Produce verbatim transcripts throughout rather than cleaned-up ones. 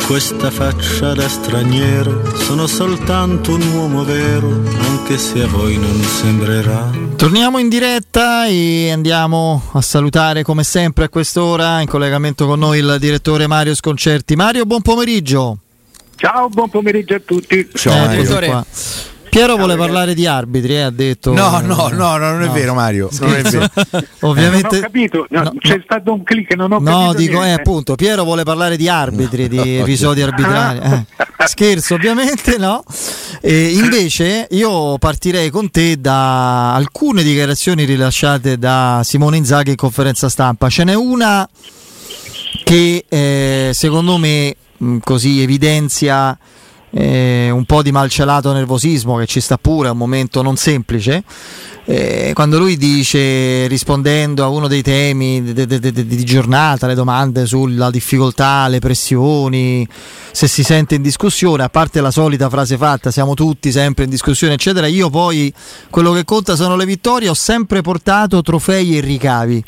questa faccia da straniero, sono soltanto un uomo vero, anche se a voi non sembrerà. Torniamo in diretta e andiamo a salutare come sempre a quest'ora in collegamento con noi il direttore Mario Sconcerti. Mario, buon pomeriggio. Ciao, buon pomeriggio a tutti. Ciao, eh, Piero vuole parlare di arbitri, eh, ha detto. No, no, no, no non è no. vero, Mario. Non è vero. Ovviamente. Non ho capito, no, no, c'è no. stato un click, non ho no, capito. No, dico, niente. eh, appunto, Piero vuole parlare di arbitri, no, di episodi arbitrali. Eh. Scherzo, ovviamente, no. E invece io partirei con te da alcune dichiarazioni rilasciate da Simone Inzaghi in conferenza stampa. Ce n'è una che eh, secondo me mh, così evidenzia Eh, un po' di malcelato nervosismo che ci sta pure, è un momento non semplice, eh, quando lui dice, rispondendo a uno dei temi di, di, di, di giornata, le domande sulla difficoltà, le pressioni, se si sente in discussione, a parte la solita frase fatta, siamo tutti sempre in discussione eccetera, io poi quello che conta sono le vittorie, ho sempre portato trofei e ricavi,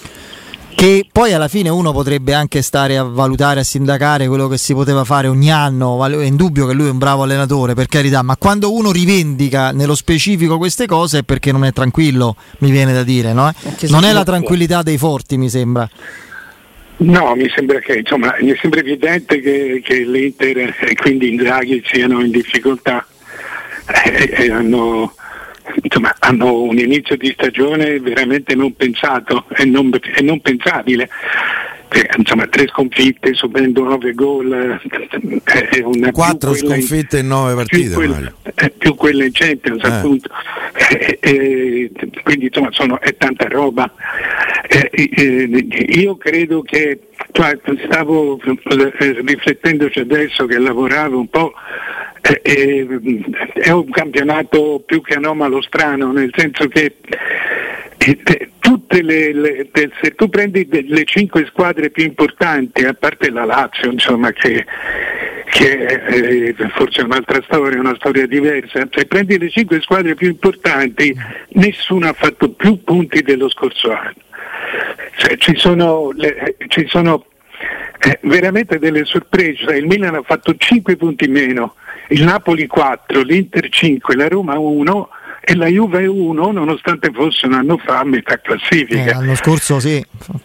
che poi alla fine uno potrebbe anche stare a valutare, a sindacare quello che si poteva fare ogni anno. È indubbio che lui è un bravo allenatore, per carità, ma quando uno rivendica nello specifico queste cose è perché non è tranquillo, mi viene da dire, no? Non è la tranquillità dei forti, mi sembra. No, mi sembra che, insomma, mi sembra evidente che, che l'Inter e quindi Inzaghi siano in difficoltà e, e hanno insomma hanno un inizio di stagione veramente non pensato e non, e non pensabile, eh, insomma tre sconfitte subendo nove gol, eh, una quattro sconfitte in nove partite, più quella, eh, più quella in Champions, eh. appunto, eh, eh, quindi insomma sono, è tanta roba. Eh, eh, io credo che, cioè, stavo eh, riflettendoci adesso che lavoravo un po'. Eh, eh, è un campionato più che anomalo strano, nel senso che eh, tutte le, le, se tu prendi le cinque squadre più importanti, a parte la Lazio, insomma, che, che eh, forse è un'altra storia, una storia diversa, se prendi le cinque squadre più importanti, nessuna ha fatto più punti dello scorso anno. Cioè, ci sono, le, ci sono eh, veramente delle sorprese. Il Milan ha fatto cinque punti meno, il Napoli quattro, l'Inter cinque, la Roma uno e la Juve uno, nonostante fosse un anno fa a metà classifica. Eh, l'anno scorso sì,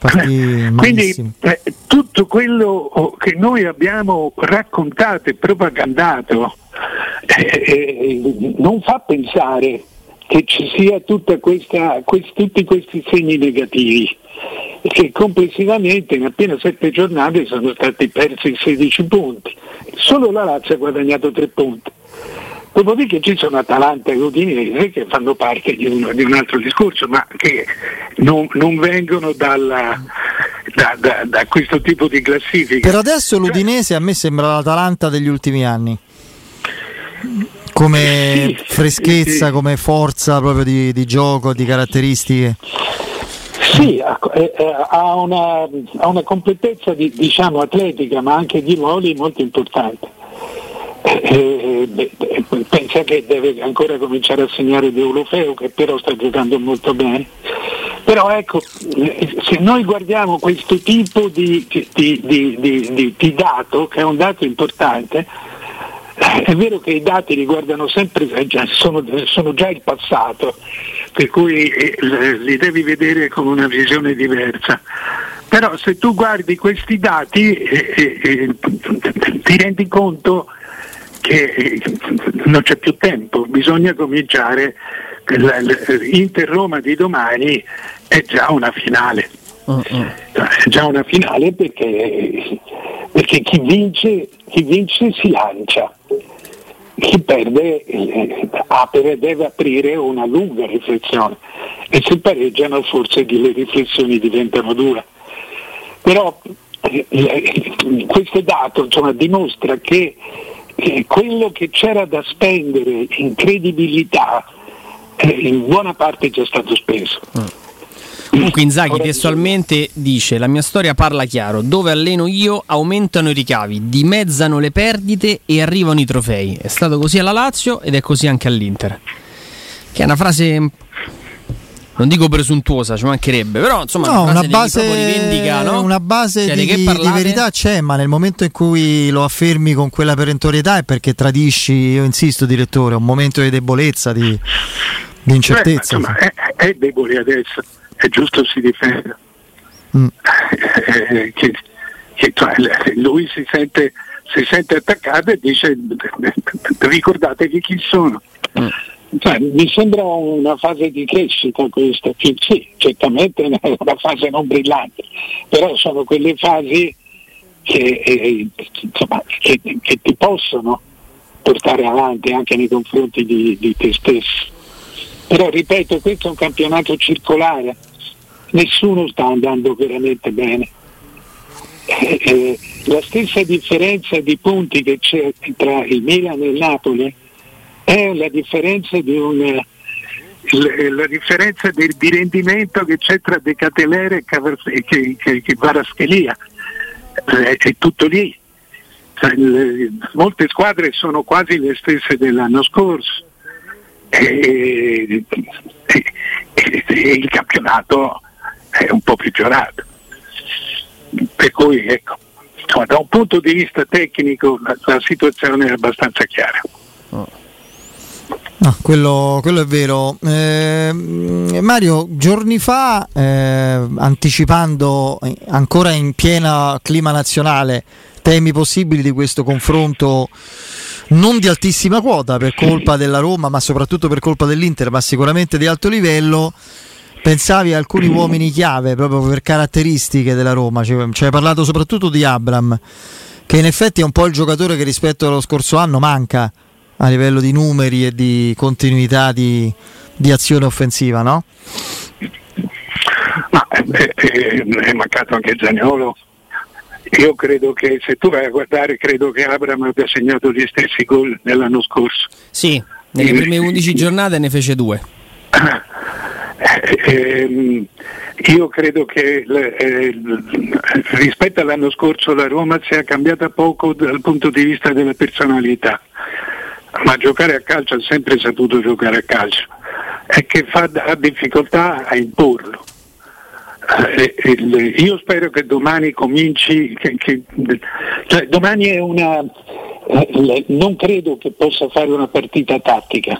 quindi eh, tutto quello che noi abbiamo raccontato e propagandato eh, eh, non fa pensare che ci sia tutta questa, questi, tutti questi segni negativi, che complessivamente in appena sette giornate sono stati persi sedici punti, solo la Lazio ha guadagnato tre punti, dopodiché ci sono Atalanta e Udinese che fanno parte di, uno, di un altro discorso, ma che non, non vengono dalla, da, da, da questo tipo di classifica. Per adesso l'Udinese a me sembra l'Atalanta degli ultimi anni, come sì, freschezza, sì. come forza proprio di, di gioco, di caratteristiche. Sì, ha una, ha una completezza di, diciamo atletica, ma anche di ruoli molto importante. Eh, eh, pensa che deve ancora cominciare a segnare Deulofeu, che però sta giocando molto bene. Però ecco, se noi guardiamo questo tipo di, di, di, di, di, di dato, che è un dato importante, è vero che i dati riguardano sempre, sono, sono già il passato, per cui li devi vedere con una visione diversa, però se tu guardi questi dati eh, eh, ti rendi conto che eh, non c'è più tempo, bisogna cominciare. Inter-Roma di domani è già una finale, uh-uh. è già una finale perché, perché chi vince, chi vince si lancia. Chi perde eh, apre, deve aprire una lunga riflessione, e se pareggiano forse le riflessioni diventano dure. Però eh, eh, questo dato insomma dimostra che eh, quello che c'era da spendere in credibilità eh, in buona parte è già stato speso. Mm. Comunque Inzaghi testualmente dice: la mia storia parla chiaro, dove alleno io aumentano i ricavi, dimezzano le perdite e arrivano i trofei. È stato così alla Lazio ed è così anche all'Inter, che è una frase non dico presuntuosa, ci mancherebbe, però insomma no, una base, una base, rivendica, no? una base cioè, di, di, di verità c'è, ma nel momento in cui lo affermi con quella perentorietà è perché tradisci, io insisto direttore, un momento di debolezza, di, di incertezza. Beh, insomma, è, è debole adesso, è giusto si difenda. Mm. Eh, che, che, cioè, lui si sente, si sente attaccato e dice ricordatevi chi sono. Mm. Cioè, mi sembra una fase di crescita questa, che sì, certamente è una fase non brillante, però sono quelle fasi che, eh, insomma, che, che ti possono portare avanti anche nei confronti di, di te stesso. Però ripeto, questo è un campionato circolare, nessuno sta andando veramente bene. Eh, eh, la stessa differenza di punti che c'è tra il Milan e il Napoli è la differenza di un la differenza di, di rendimento che c'è tra De Ketelere e che, che, che, che Kvaratskhelia, è, è tutto lì. Cioè, le, molte squadre sono quasi le stesse dell'anno scorso e, e, e, e il campionato è un po' peggiorato, per cui ecco, insomma, da un punto di vista tecnico la, la situazione è abbastanza chiara. Oh. No, quello, quello è vero. Eh, Mario, giorni fa, eh, anticipando ancora in piena clima nazionale temi possibili di questo confronto non di altissima quota per colpa della Roma, ma soprattutto per colpa dell'Inter, ma sicuramente di alto livello, pensavi a alcuni uomini chiave proprio per caratteristiche della Roma. Ci hai parlato soprattutto di Abraham, che in effetti è un po' il giocatore che rispetto allo scorso anno manca a livello di numeri e di continuità di, di azione offensiva, no? Ma è, è, è mancato anche Zaniolo. Io credo che, se tu vai a guardare, credo che Abraham abbia segnato gli stessi gol dell'anno scorso. Sì, nelle prime undici giornate ne fece due. Eh, io credo che eh, rispetto all'anno scorso la Roma sia cambiata poco dal punto di vista della personalità, ma giocare a calcio ha sempre saputo giocare a calcio, è che fa, ha difficoltà a imporlo. Eh, il, io spero che domani cominci, che, che, cioè domani è una, eh, non credo che possa fare una partita tattica,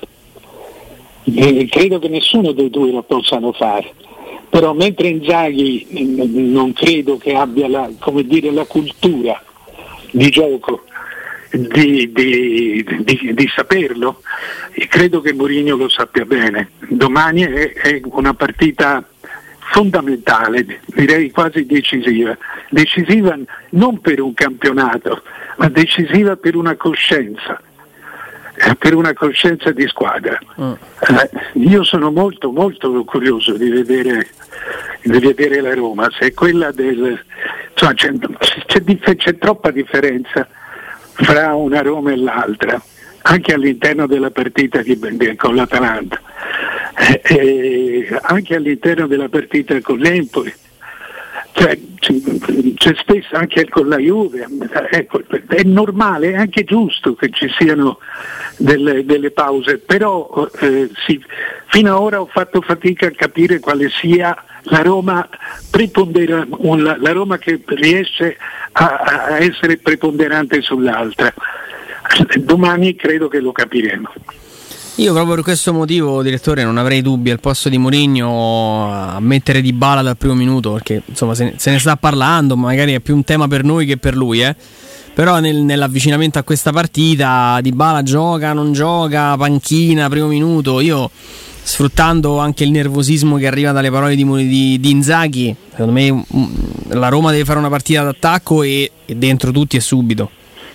eh, credo che nessuno dei due lo possano fare, però mentre Inzaghi eh, non credo che abbia la, come dire, la cultura di gioco Di, di, di, di saperlo, e credo che Mourinho lo sappia bene. Domani è, è una partita fondamentale, direi quasi decisiva, decisiva non per un campionato, ma decisiva per una coscienza, per una coscienza di squadra. Mm. Eh, io sono molto molto curioso di vedere, di vedere la Roma, se è quella del, insomma, c'è, c'è, c'è troppa differenza fra una Roma e l'altra, anche all'interno della partita di, con l'Atalanta, eh, eh, anche all'interno della partita con l'Empoli, cioè, c'è spesso anche con la Juve, ecco, è normale, è anche giusto che ci siano delle, delle pause, però eh, sì, fino ad ora ho fatto fatica a capire quale sia la Roma prepondera, la, la Roma che riesce a, a essere preponderante sull'altra. Domani credo che lo capiremo. Io proprio per questo motivo, direttore, non avrei dubbi al posto di Mourinho a mettere Dybala dal primo minuto, perché insomma se ne, se ne sta parlando, magari è più un tema per noi che per lui, eh. Però nel, nell'avvicinamento a questa partita Dybala gioca, non gioca, panchina, primo minuto, io sfruttando anche il nervosismo che arriva dalle parole di, di, di Inzaghi, secondo me la Roma deve fare una partita d'attacco e, e dentro tutti e subito.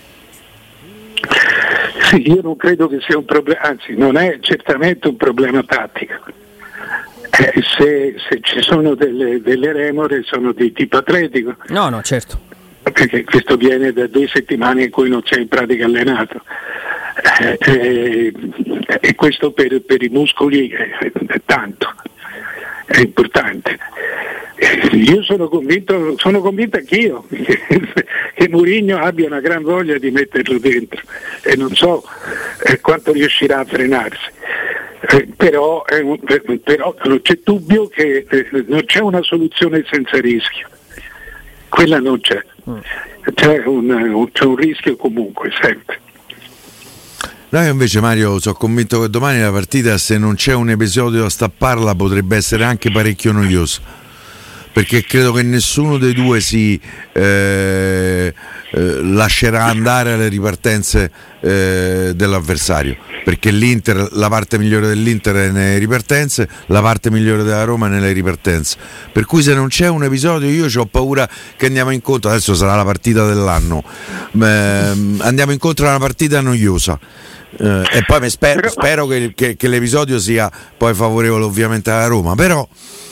Sì, io non credo che sia un problema, anzi non è certamente un problema tattico. Eh, se, se ci sono delle, delle remore sono di tipo atletico. No, no, certo. Perché questo viene da due settimane in cui non si è in pratica allenato. Eh, eh, e questo per, per i muscoli è, è tanto, è importante. Io sono convinto, sono convinto anch'io che, che Mourinho abbia una gran voglia di metterlo dentro e non so eh, quanto riuscirà a frenarsi. Eh, però, eh, però non c'è dubbio che eh, non c'è una soluzione senza rischio, quella non c'è, c'è un, c'è un rischio comunque sempre. No, io invece, Mario, sono convinto che domani la partita, se non c'è un episodio a stapparla, potrebbe essere anche parecchio noiosa, perché credo che nessuno dei due si eh, eh, lascerà andare alle ripartenze eh, dell'avversario, perché l'Inter, la parte migliore dell'Inter è nelle ripartenze, la parte migliore della Roma è nelle ripartenze, per cui se non c'è un episodio io ho paura che andiamo incontro, adesso sarà la partita dell'anno, eh, andiamo incontro a una partita noiosa. Uh, e poi mi sper- però, spero che, che, che l'episodio sia poi favorevole ovviamente alla Roma, però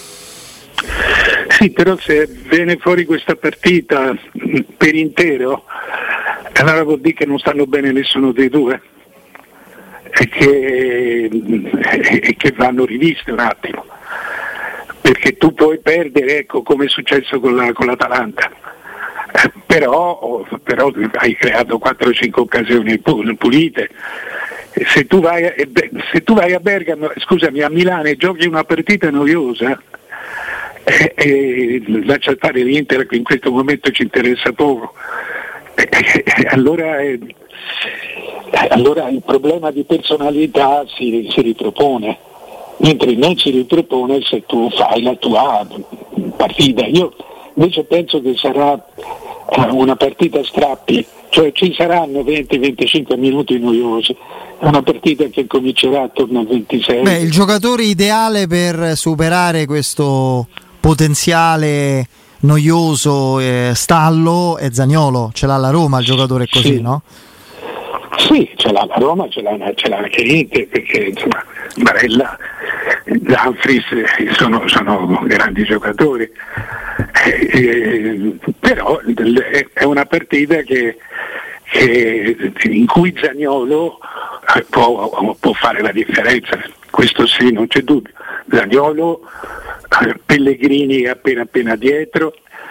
sì, però se viene fuori questa partita per intero, allora vuol dire che non stanno bene nessuno dei due e che, e che vanno riviste un attimo, perché tu puoi perdere, ecco, come è successo con, la, con l'Atalanta. Però, però hai creato quattro o cinque occasioni pulite. Se tu vai a, se tu vai a Bergamo, scusami, a Milano e giochi una partita noiosa, eh, eh, lascia stare l'Inter che in questo momento ci interessa poco, eh, eh, allora, eh, allora il problema di personalità si, si ripropone, mentre non si ripropone se tu fai la tua partita. Io invece penso che sarà una partita a strappi, cioè ci saranno venti venticinque minuti noiosi, una partita che comincerà attorno al ventisei. Beh, il giocatore ideale per superare questo potenziale noioso eh, stallo è Zaniolo, ce l'ha la Roma il giocatore così, sì. No? Sì, ce l'ha la Roma, ce l'ha, ce l'ha anche l'Inter, perché insomma Barella, Dumfries sono, sono grandi giocatori, eh, eh, però è una partita che, che in cui Zaniolo può, può fare la differenza, questo sì, non c'è dubbio. Zaniolo, Pellegrini appena appena dietro,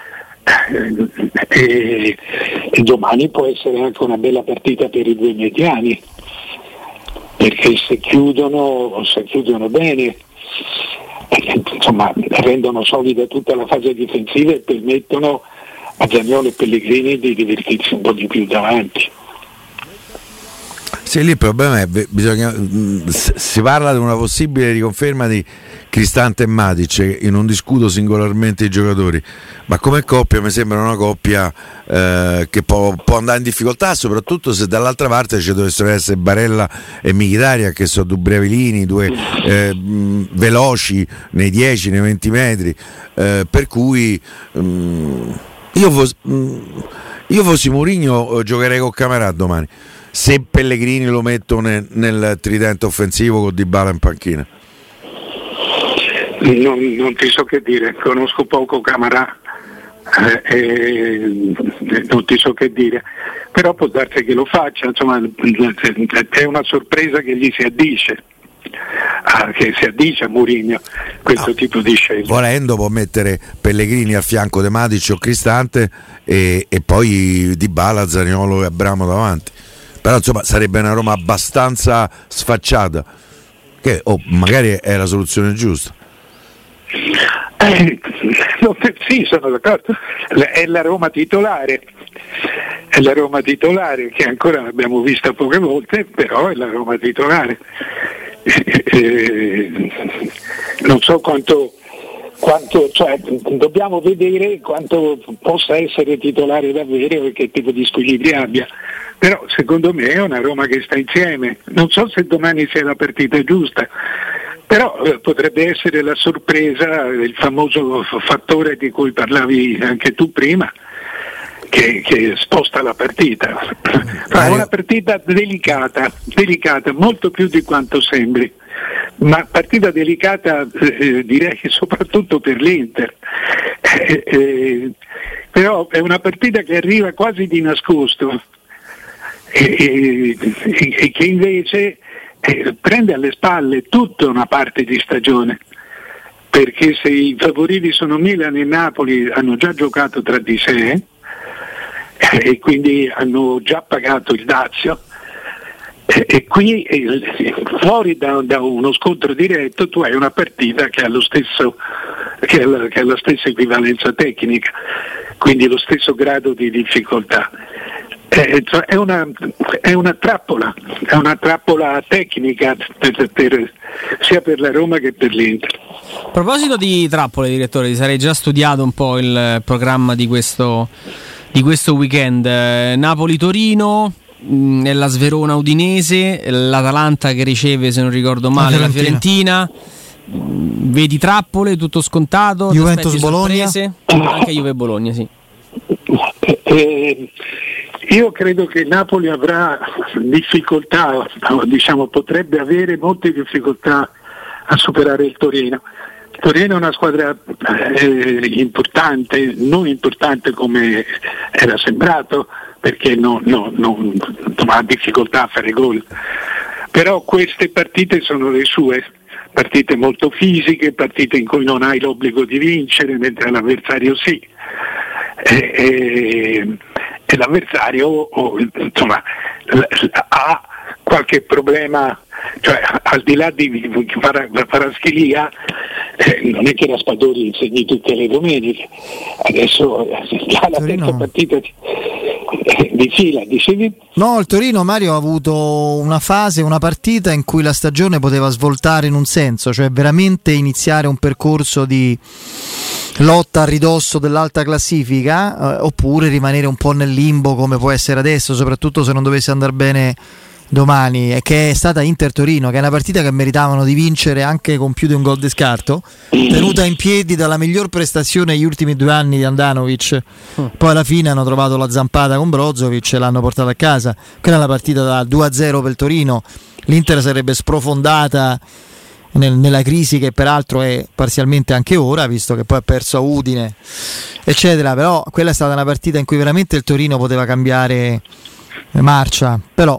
e, e domani può essere anche una bella partita per i due mediani, perché se chiudono, se chiudono bene, eh, insomma rendono solida tutta la fase difensiva e permettono a Zaniolo e Pellegrini di divertirsi un po' di più davanti. Sì, lì il problema è bisogna, si parla di una possibile riconferma di Cristante e Matic, io non discuto singolarmente i giocatori, ma come coppia mi sembra una coppia eh, che può, può andare in difficoltà, soprattutto se dall'altra parte ci dovessero essere Barella e Mkhitaryan, che sono due brevilini, due eh, mh, veloci nei dieci, nei venti metri, eh, per cui mh, io, fos, mh, io fossi Mourinho giocherei con Camerà domani, se Pellegrini lo metto nel, nel tridente offensivo con Dybala in panchina. Non, non ti so che dire, conosco poco Camarà, eh, eh, non ti so che dire, però può darsi che lo faccia, insomma è una sorpresa che gli si addice, ah, che si addice a Mourinho questo no, tipo di scelta. Volendo può mettere Pellegrini al fianco di Matic o Cristante e, e poi Dybala, Zaniolo e Abramo davanti. Però insomma sarebbe una Roma abbastanza sfacciata, che oh, magari è la soluzione giusta. Eh, no, sì, sono d'accordo, è la Roma titolare, è la Roma titolare che ancora l'abbiamo vista poche volte, però è la Roma titolare. Eh, eh, non so quanto, quanto cioè, dobbiamo vedere quanto possa essere titolare davvero e che tipo di squilibri abbia. Però secondo me è una Roma che sta insieme, non so se domani sia la partita giusta, però eh, potrebbe essere la sorpresa, il famoso fattore di cui parlavi anche tu prima, che, che sposta la partita. È una partita delicata, delicata, molto più di quanto sembri, ma partita delicata eh, direi soprattutto per l'Inter, eh, eh, però è una partita che arriva quasi di nascosto. E, e, e che invece eh, prende alle spalle tutta una parte di stagione, perché se i favoriti sono Milan e Napoli hanno già giocato tra di sé eh, e quindi hanno già pagato il dazio, E, e qui eh, fuori da, da uno scontro diretto tu hai una partita che ha lo stesso che ha la, che ha la stessa equivalenza tecnica, quindi lo stesso grado di difficoltà. Eh, cioè è, una, è una trappola, è una trappola tecnica per, per, sia per la Roma che per l'Inter. A proposito di trappole, direttore, ti sarei già studiato un po' il programma di questo, di questo weekend. Eh, Napoli-Torino, mh, la Sverona-Udinese, l'Atalanta che riceve, se non ricordo male, la Fiorentina. La Fiorentina. Vedi trappole, tutto scontato? Juventus-Bologna? Anche Juve-Bologna, sì. Eh, io credo che Napoli avrà difficoltà, diciamo potrebbe avere molte difficoltà a superare il Torino. Il Torino è una squadra eh, importante, non importante come era sembrato, perché no, no, no, ha difficoltà a fare gol. Però queste partite sono le sue, partite molto fisiche, partite in cui non hai l'obbligo di vincere, mentre l'avversario sì. E, e, e l'avversario oh, insomma, ha qualche problema, cioè al di là di Kvaratskhelia eh, non è che Raspadori insegni tutte le domeniche, adesso eh, ha la terza partita di, eh, di fila, dicevi? No, il Torino, Mario, ha avuto una fase, una partita in cui la stagione poteva svoltare in un senso, cioè veramente iniziare un percorso di lotta a ridosso dell'alta classifica, eh, oppure rimanere un po' nel limbo come può essere adesso, soprattutto se non dovesse andare bene domani, e che è stata Inter-Torino, che è una partita che meritavano di vincere anche con più di un gol di scarto, tenuta in piedi dalla miglior prestazione negli ultimi due anni di Andanovic. Poi alla fine hanno trovato la zampata con Brozovic e l'hanno portata a casa. Quella è la partita da due a zero per il Torino. L'Inter sarebbe sprofondata nel, nella crisi che peraltro è parzialmente anche ora, visto che poi ha perso a Udine eccetera, però quella è stata una partita in cui veramente il Torino poteva cambiare marcia, però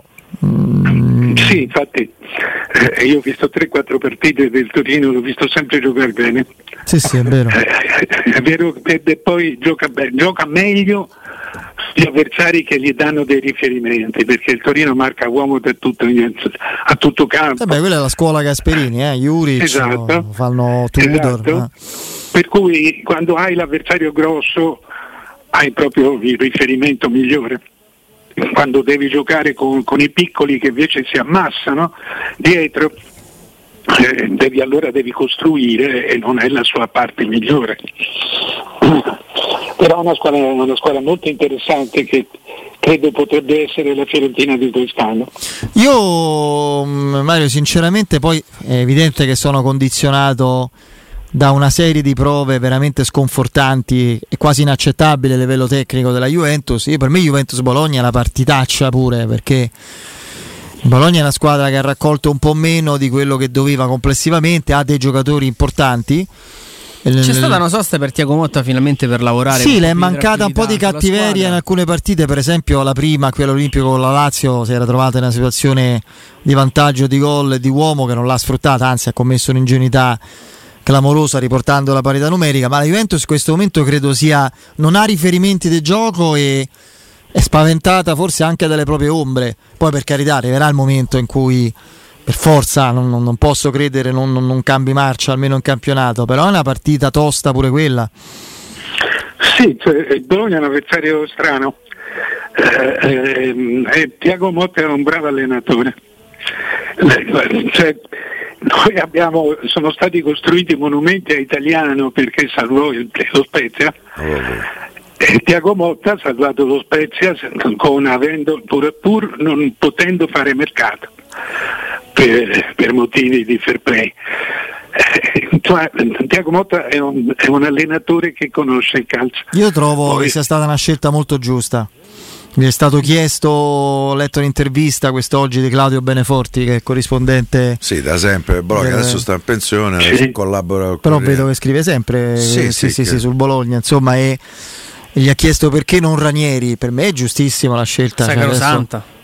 Mm. Sì, infatti eh, io ho visto tre quattro partite del Torino, l'ho visto sempre giocare bene. Sì, sì, è vero. Eh, è vero, e poi gioca bene, gioca meglio gli avversari che gli danno dei riferimenti, perché il Torino marca uomo per tutto, a tutto campo. Vabbè, quella è la scuola Gasperini, eh? Juric, esatto. fanno Tudor. Esatto. Eh. Per cui quando hai l'avversario grosso hai proprio il riferimento migliore. Quando devi giocare con, con i piccoli che invece si ammassano dietro, eh, devi, allora devi costruire e non è la sua parte migliore. Però è una squadra, una squadra molto interessante che credo potrebbe essere la Fiorentina di quest'anno. Io, Mario, sinceramente poi è evidente che sono condizionato da una serie di prove veramente sconfortanti e quasi inaccettabili a livello tecnico della Juventus. Io, per me Juventus-Bologna è una partitaccia pure, perché Bologna è una squadra che ha raccolto un po' meno di quello che doveva complessivamente, ha dei giocatori importanti. C'è stata una sosta per Thiago Motta finalmente per lavorare. Sì, le è mancata un po' di cattiveria in alcune partite, per esempio la prima, quella olimpico con la Lazio, si era trovata in una situazione di vantaggio di gol e di uomo che non l'ha sfruttata, anzi ha commesso un'ingenuità clamorosa riportando la parità numerica. Ma la Juventus in questo momento credo sia, non ha riferimenti di gioco e è spaventata forse anche dalle proprie ombre. Poi, per carità, arriverà il momento in cui per forza non, non, non posso credere non, non, non cambi marcia almeno in campionato, però è una partita tosta pure quella. Sì, cioè, il Bologna è un avversario strano, eh, eh, Thiago Motta è un bravo allenatore, eh, cioè, noi abbiamo, sono stati costruiti monumenti a Italiano perché salvò il, lo Spezia. Oh. E Thiago Motta ha salvato lo Spezia con, avendo, pur, pur non potendo fare mercato per, per motivi di fair play. Eh, cioè, Thiago Motta è un, è un allenatore che conosce il calcio. Io trovo Poi, che sia stata una scelta molto giusta. Mi è stato chiesto, ho letto un'intervista quest'oggi di Claudio Beneforti, che è corrispondente. Sì, da sempre, Bologna per... adesso sta in pensione, sì. Adesso collabora con però vedo che scrive sempre sì, sì, sì, sì, che... sì, sul Bologna, insomma, e, e gli ha chiesto perché non Ranieri. Per me è giustissima la scelta. Sacro cioè, Santa.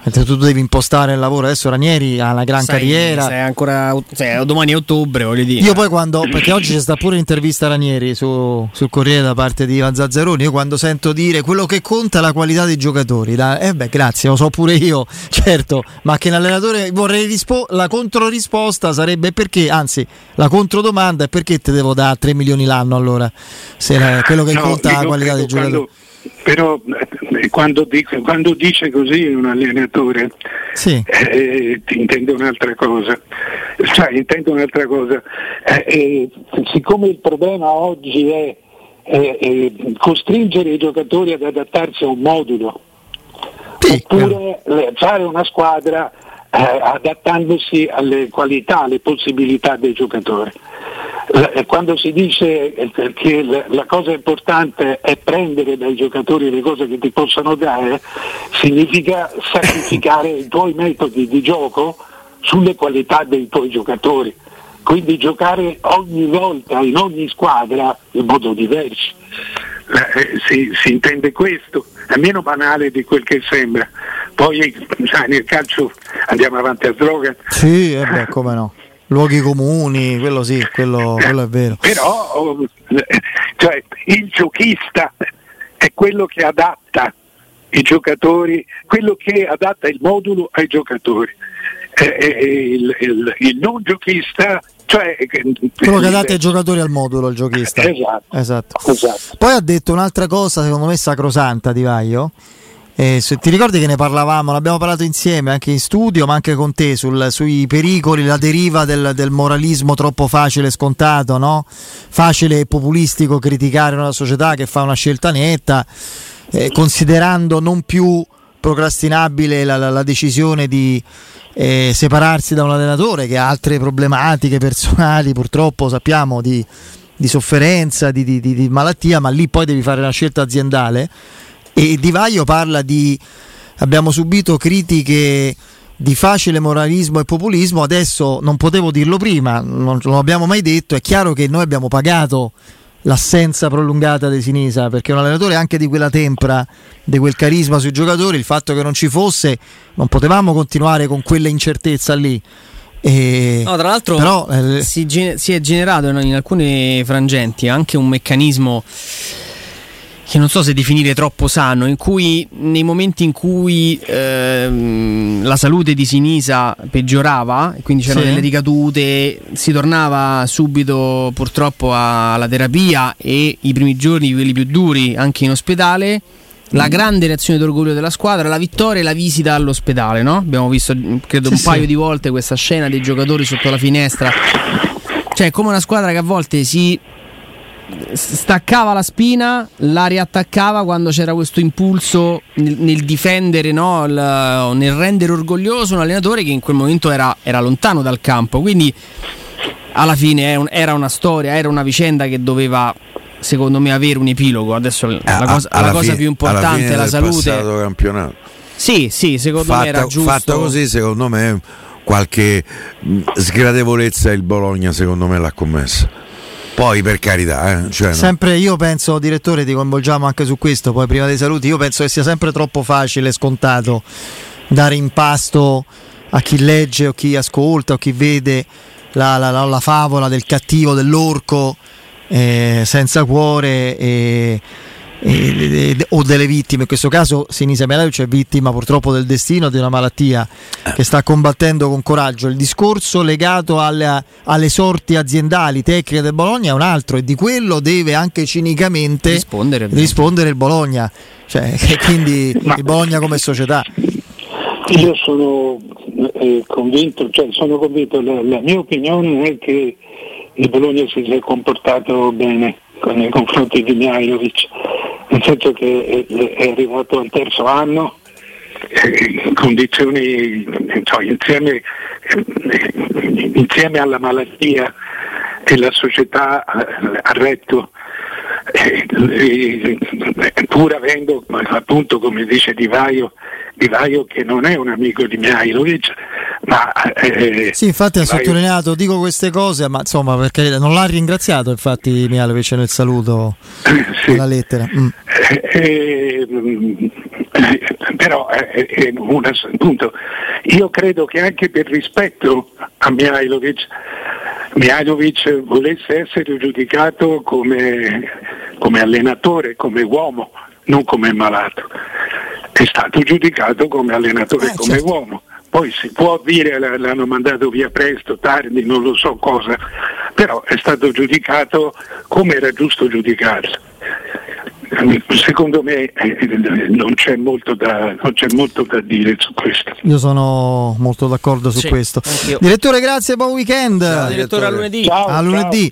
tu devi impostare il lavoro. Adesso Ranieri ha una gran sai, carriera. Sei ancora, cioè, domani è ottobre, voglio dire. Io poi quando, perché oggi c'è sta pure l'intervista a Ranieri su, sul Corriere da parte di Ivan Zazzaroni, io quando sento dire quello che conta è la qualità dei giocatori, da, eh beh grazie, lo so pure io, certo, ma che l'allenatore vorrei rispo- la controrisposta sarebbe perché, anzi la controdomanda è perché te devo dare tre milioni l'anno allora, se la, quello che no, conta è la qualità dei giocatori. Quando, però eh, quando, dice, quando dice così un allenatore sì. eh, intende un'altra cosa, cioè intende un'altra cosa eh, eh, siccome il problema oggi è eh, eh, costringere i giocatori ad adattarsi a un modulo, sì, oppure eh. fare una squadra eh, adattandosi alle qualità, alle possibilità dei giocatori. Quando si dice che la cosa importante è prendere dai giocatori le cose che ti possono dare, significa sacrificare i tuoi metodi di gioco sulle qualità dei tuoi giocatori, quindi giocare ogni volta in ogni squadra in modo diverso. Eh, si, si intende questo, è meno banale di quel che sembra. Poi sai, nel calcio andiamo avanti a slogan. Sì, eh beh, come no. Luoghi comuni, quello sì, quello, quello è vero. Però cioè, il giochista è quello che adatta i giocatori, quello che adatta il modulo ai giocatori. Eh, il, il, il non giochista, cioè quello che adatta i giocatori al modulo, il giochista. Esatto, esatto. esatto. Poi ha detto un'altra cosa, secondo me sacrosanta, Di Vaio. Eh, se ti ricordi che ne parlavamo, l'abbiamo parlato insieme anche in studio, ma anche con te sul, sui pericoli, la deriva del, del moralismo troppo facile e scontato, no? Facile e populistico criticare una società che fa una scelta netta, eh, considerando non più procrastinabile la, la, la decisione di eh, separarsi da un allenatore che ha altre problematiche personali, purtroppo sappiamo, di, di sofferenza, di, di, di, di malattia, ma lì poi devi fare una scelta aziendale. E Di Vaio parla di abbiamo subito critiche di facile moralismo e populismo, adesso non potevo dirlo prima, non lo abbiamo mai detto, è chiaro che noi abbiamo pagato l'assenza prolungata di Sinisa, perché un allenatore anche di quella tempra, di quel carisma sui giocatori, il fatto che non ci fosse, non potevamo continuare con quella incertezza lì. E no, tra l'altro però, eh, si, gen- si è generato in alcuni frangenti anche un meccanismo che non so se definire troppo sano, in cui nei momenti in cui ehm, la salute di Sinisa peggiorava, quindi c'erano sì. delle ricadute, si tornava subito purtroppo alla terapia e i primi giorni, quelli più duri, anche in ospedale. La grande reazione d'orgoglio della squadra, la vittoria e la visita all'ospedale, no? Abbiamo visto credo sì, un paio sì. di volte questa scena dei giocatori sotto la finestra, cioè come una squadra che a volte si staccava la spina, la riattaccava quando c'era questo impulso nel, nel difendere, no? Il, nel rendere orgoglioso un allenatore che in quel momento era, era lontano dal campo, quindi alla fine era una storia, era una vicenda che doveva secondo me avere un epilogo. Adesso la cosa, la cosa fine, più importante è la salute. Campionato. Sì, sì, secondo fatta, me era giusto. Fatta così, secondo me qualche sgradevolezza il Bologna secondo me l'ha commessa. Poi per carità, eh? Cioè, sempre no. Io penso, direttore, ti coinvolgiamo anche su questo, poi prima dei saluti, io penso che sia sempre troppo facile e scontato dare in pasto a chi legge o chi ascolta o chi vede la, la, la, la favola del cattivo, dell'orco eh, senza cuore e, e, e, o delle vittime. In questo caso Sinisa Mihajlović è vittima purtroppo del destino, di una malattia che sta combattendo con coraggio. Il discorso legato alle, alle sorti aziendali, tecniche del Bologna è un altro, e di quello deve anche cinicamente rispondere, rispondere il Bologna, cioè, quindi Ma il Bologna come società. Io sono eh, convinto, cioè sono convinto, la, la mia opinione è che il Bologna si sia comportato bene nei confronti di Mihajlović, nel senso che è arrivato al terzo anno in condizioni, cioè, insieme, insieme alla malattia e la società ha retto, pur avendo appunto, come dice Di Vaio, Di Vaio che non è un amico di Mihajlović, ma eh, sì, infatti ha Vaio... sottolineato, dico queste cose, ma insomma, perché non l'ha ringraziato infatti Mihajlović nel saluto, sì. Nella lettera. Mm. Eh, Eh, però eh, eh, una, appunto, io credo che anche per rispetto a Mihajlovic, Mihajlovic volesse essere giudicato come, come allenatore, come uomo, non come malato. È stato giudicato come allenatore, eh, come certo. uomo. Poi si può dire l- l'hanno mandato via presto, tardi, non lo so cosa, però è stato giudicato come era giusto giudicarlo. Secondo me eh, non c'è molto da non c'è molto da dire su questo. Io sono molto d'accordo su Sì, questo. anch'io. Direttore, grazie, buon weekend. Ciao, direttore, a lunedì. Ciao, A lunedì. ciao.